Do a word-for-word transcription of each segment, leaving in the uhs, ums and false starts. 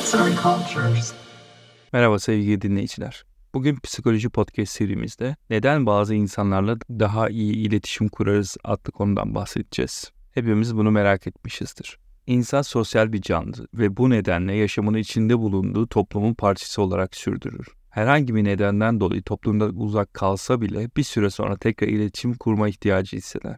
Sensory Cultures. Merhaba sevgili dinleyiciler. Bugün Psikoloji Podcast serimizde neden bazı insanlarla daha iyi iletişim kurarız adlı konudan bahsedeceğiz. Hepimiz bunu merak etmişizdir. İnsan sosyal bir canlı ve bu nedenle yaşamını içinde bulunduğu toplumun parçası olarak sürdürür. Herhangi bir nedenden dolayı toplumdan uzak kalsa bile bir süre sonra tekrar iletişim kurma ihtiyacı hisseder.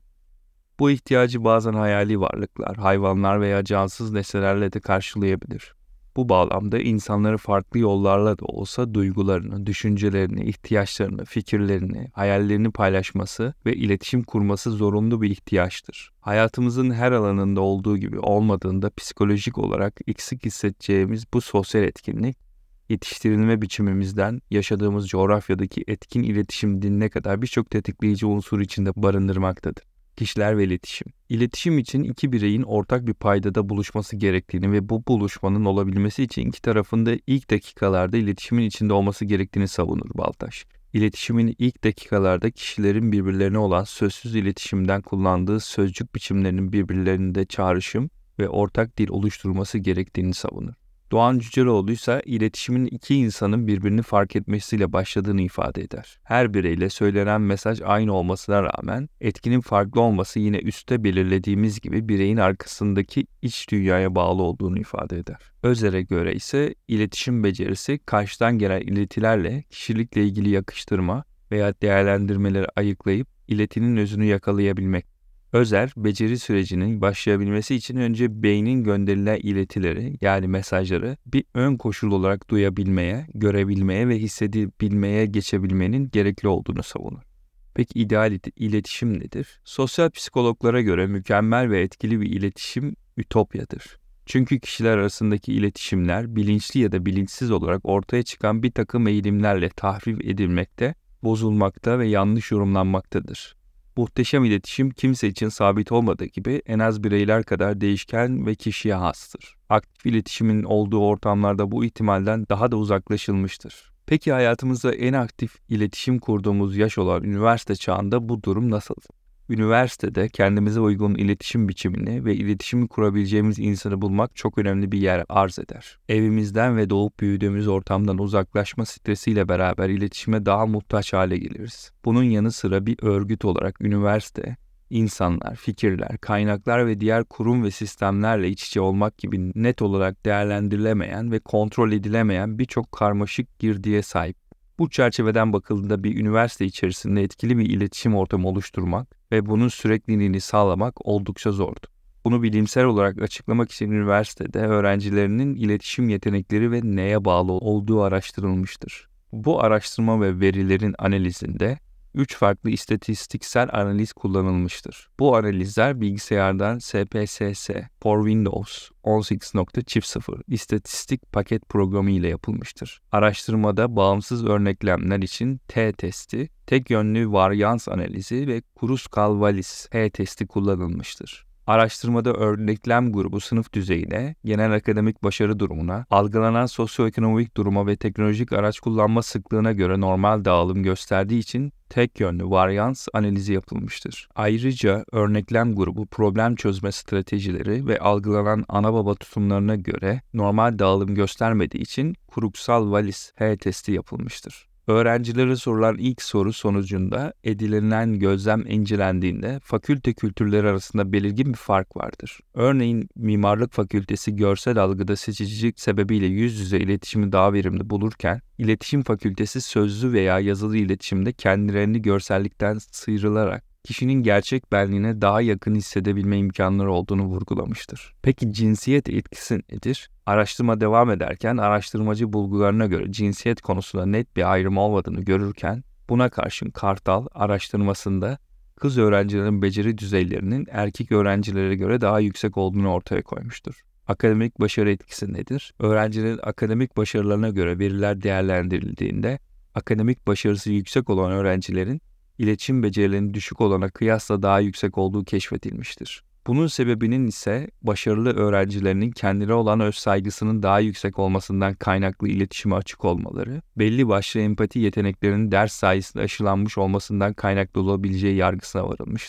Bu ihtiyacı bazen hayali varlıklar, hayvanlar veya cansız nesnelerle de karşılayabilir. Bu bağlamda insanları farklı yollarla da olsa duygularını, düşüncelerini, ihtiyaçlarını, fikirlerini, hayallerini paylaşması ve iletişim kurması zorunlu bir ihtiyaçtır. Hayatımızın her alanında olduğu gibi olmadığında psikolojik olarak eksik hissedeceğimiz bu sosyal etkinlik, yetiştirilme biçimimizden yaşadığımız coğrafyadaki etkin iletişim diline kadar birçok tetikleyici unsur içinde barındırmaktadır. Kişiler ve iletişim. İletişim için iki bireyin ortak bir paydada buluşması gerektiğini ve bu buluşmanın olabilmesi için iki tarafın da ilk dakikalarda iletişimin içinde olması gerektiğini savunur Baltaş. İletişimin ilk dakikalarda kişilerin birbirlerine olan sözsüz iletişimden kullandığı sözcük biçimlerinin birbirlerinde çağrışım ve ortak dil oluşturması gerektiğini savunur. Doğan Cüceloğlu ise iletişimin iki insanın birbirini fark etmesiyle başladığını ifade eder. Her bireyle söylenen mesaj aynı olmasına rağmen etkinin farklı olması yine üstte belirlediğimiz gibi bireyin arkasındaki iç dünyaya bağlı olduğunu ifade eder. Özer'e göre ise iletişim becerisi karşıdan gelen iletilerle kişilikle ilgili yakıştırma veya değerlendirmeleri ayıklayıp iletinin özünü yakalayabilmek. Özer, beceri sürecinin başlayabilmesi için önce beynin gönderilen iletileri yani mesajları bir ön koşul olarak duyabilmeye, görebilmeye ve hissedebilmeye geçebilmenin gerekli olduğunu savunur. Peki ideal iletişim nedir? Sosyal psikologlara göre mükemmel ve etkili bir iletişim ütopyadır. Çünkü kişiler arasındaki iletişimler bilinçli ya da bilinçsiz olarak ortaya çıkan bir takım eğilimlerle tahrip edilmekte, bozulmakta ve yanlış yorumlanmaktadır. Muhteşem iletişim kimse için sabit olmadığı gibi en az bireyler kadar değişken ve kişiye hastır. Aktif iletişimin olduğu ortamlarda bu ihtimalden daha da uzaklaşılmıştır. Peki hayatımızda en aktif iletişim kurduğumuz yaş olan üniversite çağında bu durum nasıl? Üniversitede kendimize uygun iletişim biçimini ve iletişimi kurabileceğimiz insanı bulmak çok önemli bir yer arz eder. Evimizden ve doğup büyüdüğümüz ortamdan uzaklaşma stresiyle beraber iletişime daha muhtaç hale geliriz. Bunun yanı sıra bir örgüt olarak üniversite, insanlar, fikirler, kaynaklar ve diğer kurum ve sistemlerle iç içe olmak gibi net olarak değerlendirilemeyen ve kontrol edilemeyen birçok karmaşık girdiye sahip. Bu çerçeveden bakıldığında bir üniversite içerisinde etkili bir iletişim ortamı oluşturmak ve bunun sürekliliğini sağlamak oldukça zordu. Bunu bilimsel olarak açıklamak için üniversitede öğrencilerinin iletişim yetenekleri ve neye bağlı olduğu araştırılmıştır. Bu araştırma ve verilerin analizinde üç farklı istatistiksel analiz kullanılmıştır. Bu analizler bilgisayardan S P S S for Windows on sekiz nokta sıfır istatistik paket programı ile yapılmıştır. Araştırmada bağımsız örneklemler için T testi, tek yönlü varyans analizi ve Kruskal-Wallis H testi kullanılmıştır. Araştırmada örneklem grubu sınıf düzeyine, genel akademik başarı durumuna, algılanan sosyoekonomik duruma ve teknolojik araç kullanma sıklığına göre normal dağılım gösterdiği için tek yönlü varyans analizi yapılmıştır. Ayrıca örneklem grubu problem çözme stratejileri ve algılanan ana baba tutumlarına göre normal dağılım göstermediği için Kruskal-Wallis H testi yapılmıştır. Öğrencilere sorulan ilk soru sonucunda edilen gözlem incelendiğinde fakülte kültürleri arasında belirgin bir fark vardır. Örneğin Mimarlık Fakültesi görsel algıda seçicilik sebebiyle yüz yüze iletişimi daha verimli bulurken, İletişim Fakültesi sözlü veya yazılı iletişimde kendilerini görsellikten sıyrılarak kişinin gerçek benliğine daha yakın hissedebilme imkanları olduğunu vurgulamıştır. Peki cinsiyet etkisi nedir? Araştırma devam ederken araştırmacı bulgularına göre cinsiyet konusunda net bir ayrım olmadığını görürken, buna karşın Kartal araştırmasında kız öğrencilerin beceri düzeylerinin erkek öğrencilere göre daha yüksek olduğunu ortaya koymuştur. Akademik başarı etkisi nedir? Öğrencilerin akademik başarılarına göre veriler değerlendirildiğinde, akademik başarısı yüksek olan öğrencilerin iletişim becerilerinin düşük olana kıyasla daha yüksek olduğu keşfedilmiştir. Bunun sebebinin ise başarılı öğrencilerinin kendileri olan öz saygısının daha yüksek olmasından kaynaklı iletişime açık olmaları, belli başlı empati yeteneklerinin ders sayesinde aşılanmış olmasından kaynaklı olabileceği yargısına varılmıştır.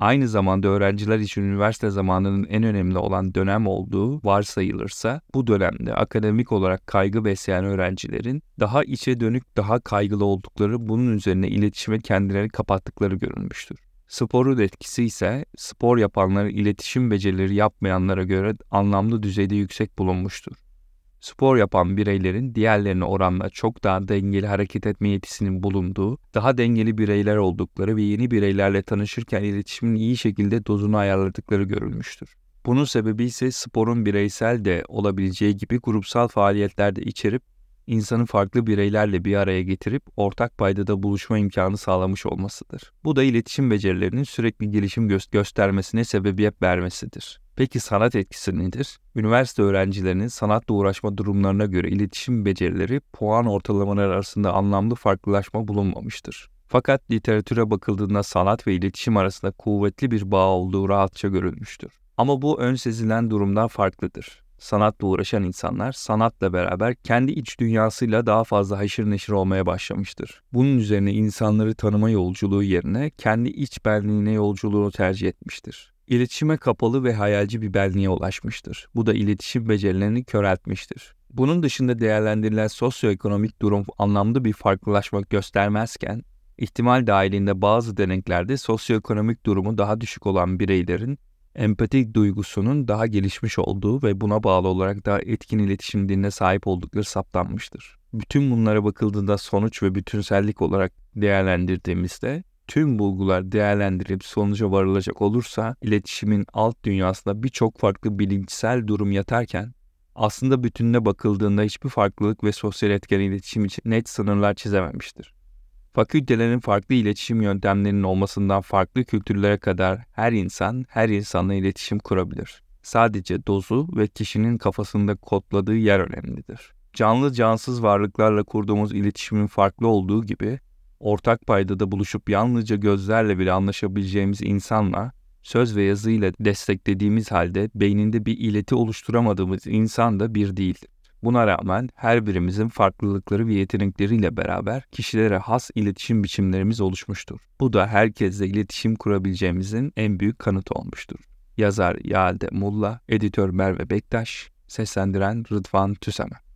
aynı zamanda öğrenciler için üniversite zamanının en önemli olan dönem olduğu varsayılırsa, bu dönemde akademik olarak kaygı besleyen öğrencilerin daha içe dönük, daha kaygılı oldukları, bunun üzerine iletişime kendilerini kapattıkları görülmüştür. Sporun etkisi ise spor yapanların iletişim becerileri yapmayanlara göre anlamlı düzeyde yüksek bulunmuştur. Spor yapan bireylerin diğerlerine oranla çok daha dengeli hareket etme yetisinin bulunduğu, daha dengeli bireyler oldukları ve yeni bireylerle tanışırken iletişimin iyi şekilde dozunu ayarladıkları görülmüştür. Bunun sebebi ise sporun bireysel de olabileceği gibi grupsal faaliyetlerde içerip, insanı farklı bireylerle bir araya getirip ortak paydada buluşma imkanı sağlamış olmasıdır. Bu da iletişim becerilerinin sürekli gelişim gö- göstermesine sebebiyet vermesidir. Peki sanat etkisi nedir? Üniversite öğrencilerinin sanatla uğraşma durumlarına göre iletişim becerileri puan ortalamaları arasında anlamlı farklılaşma bulunmamıştır. Fakat literatüre bakıldığında sanat ve iletişim arasında kuvvetli bir bağ olduğu rahatça görülmüştür. Ama bu ön sezilen durumdan farklıdır. Sanatla uğraşan insanlar sanatla beraber kendi iç dünyasıyla daha fazla haşır neşir olmaya başlamıştır. Bunun üzerine insanları tanıma yolculuğu yerine kendi iç benliğine yolculuğunu tercih etmiştir. İletişime kapalı ve hayalci bir benliğe ulaşmıştır. Bu da iletişim becerilerini köreltmiştir. Bunun dışında değerlendirilen sosyoekonomik durum anlamda bir farklılaşma göstermezken, ihtimal dahilinde bazı deneklerde sosyoekonomik durumu daha düşük olan bireylerin empatik duygusunun daha gelişmiş olduğu ve buna bağlı olarak daha etkin iletişim diline sahip oldukları saptanmıştır. Bütün bunlara bakıldığında sonuç ve bütünsellik olarak değerlendirdiğimizde, tüm bulgular değerlendirilip sonuca varılacak olursa, iletişimin alt dünyasında birçok farklı bilinçsel durum yatarken, aslında bütününe bakıldığında hiçbir farklılık ve sosyal etken iletişim için net sınırlar çizememiştir. Fakültelerin farklı iletişim yöntemlerinin olmasından farklı kültürlere kadar her insan, her insanla iletişim kurabilir. Sadece dozu ve kişinin kafasında kodladığı yer önemlidir. Canlı cansız varlıklarla kurduğumuz iletişimin farklı olduğu gibi, ortak paydada buluşup yalnızca gözlerle bile anlaşabileceğimiz insanla, söz ve yazıyla desteklediğimiz halde beyninde bir ileti oluşturamadığımız insan da bir değildir. Buna rağmen her birimizin farklılıkları ve yetenekleriyle beraber kişilere has iletişim biçimlerimiz oluşmuştur. Bu da herkesle iletişim kurabileceğimizin en büyük kanıtı olmuştur. Yazar Yalde Mulla, editör Merve Bektaş, seslendiren Rıdvan Tüsemen.